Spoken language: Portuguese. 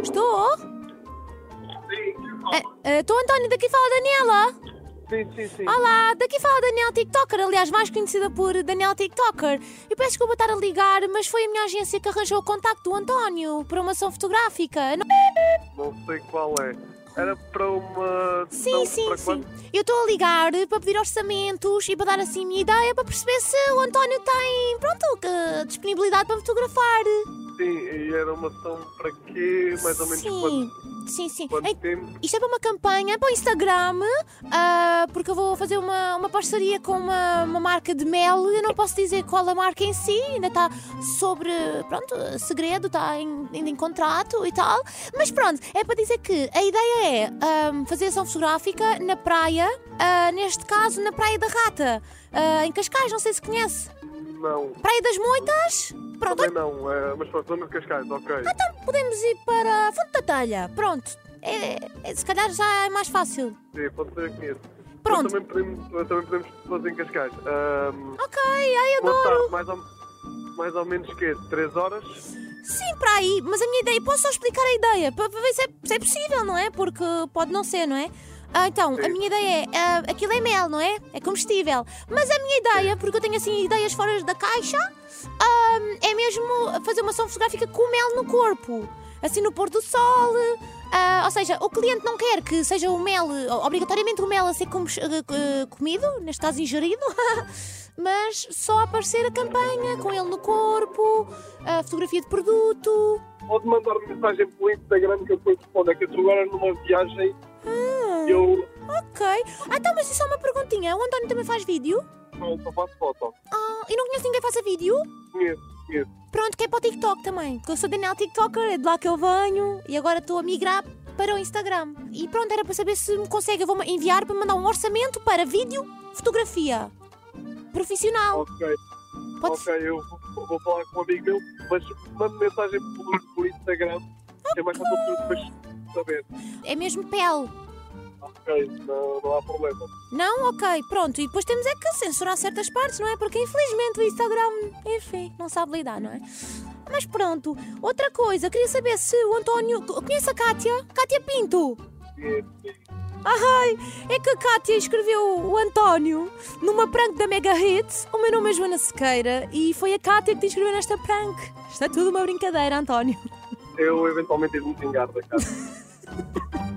Estou? Sim. Estou, António, daqui fala a Daniela. Sim. Olá, daqui fala a Daniela TikToker, aliás, mais conhecida por Daniela TikToker. Eu peço desculpa estar a ligar, mas foi a minha agência que arranjou o contacto do António para uma ação fotográfica. Não sei qual é. Era para uma... Sim. Eu estou a ligar para pedir orçamentos e para dar assim a minha ideia para perceber se o António tem, disponibilidade para fotografar. Sim, e era uma ação para quê? Mais ou menos Sim. quanto tempo? Isto é para uma campanha para o Instagram, porque eu vou fazer uma parceria com uma marca de mel. Eu não posso dizer qual a marca em si, ainda está sobre, segredo, está ainda em contrato e tal. Mas pronto, é para dizer que a ideia é fazer ação fotográfica na praia, neste caso na Praia da Rata, em Cascais, não sei se conhece. Não. Praia das Moitas? Pronto, Também não, mas pronto, zona de Cascais, ok. então podemos ir para a Fonte da Telha. Pronto, se calhar já é mais fácil. Sim, pode ser aqui. Pronto. Também podemos fazer em Cascais. Ok, ai, Boa adoro. tarde, mais ou menos quê? 3 horas? Sim, para aí, mas a minha ideia, posso só explicar a ideia, para ver se é possível, não é? Porque pode não ser, não é? Então, Sim. a minha ideia é, aquilo é mel, não é? É comestível. Mas a minha ideia, porque eu tenho assim ideias fora da caixa, é mesmo fazer uma ação fotográfica com mel no corpo. Assim no pôr do sol. Ou seja, o cliente não quer que seja o mel, obrigatoriamente o mel a ser comido, neste caso ingerido, mas só aparecer a campanha com ele no corpo, a fotografia de produto. Pode mandar mensagem pelo Instagram que eu depois respondo. É que eu estou agora numa viagem e eu Ok. Então, mas isso é uma perguntinha. O António também faz vídeo? só faço foto. E não conhece ninguém que faça vídeo? Conheço. Pronto, que é para o TikTok também. Porque eu sou Daniela TikToker, é de lá que eu venho. E agora estou a migrar para o Instagram. E pronto, era para saber se me consegue. Eu vou enviar para mandar um orçamento para vídeo, fotografia profissional. Ok. Pode Ok, eu vou falar com um amigo meu, mas mando mensagem por Instagram. É mais fácil para eu depois saber. É mesmo pele. Ok, não há problema. Não? Ok, pronto. E depois temos é que censurar certas partes, não é? Porque infelizmente o Instagram, enfim, não sabe lidar, não é? Mas pronto. Outra coisa, queria saber se o António... Conhece a Kátia? Kátia Pinto? Sim. Ai, é que a Kátia escreveu o António numa prank da Mega Hits. O meu nome é Joana Sequeira e foi a Kátia que te inscreveu nesta prank. Isto é tudo uma brincadeira, António. Eu eventualmente ir me vingar da casa.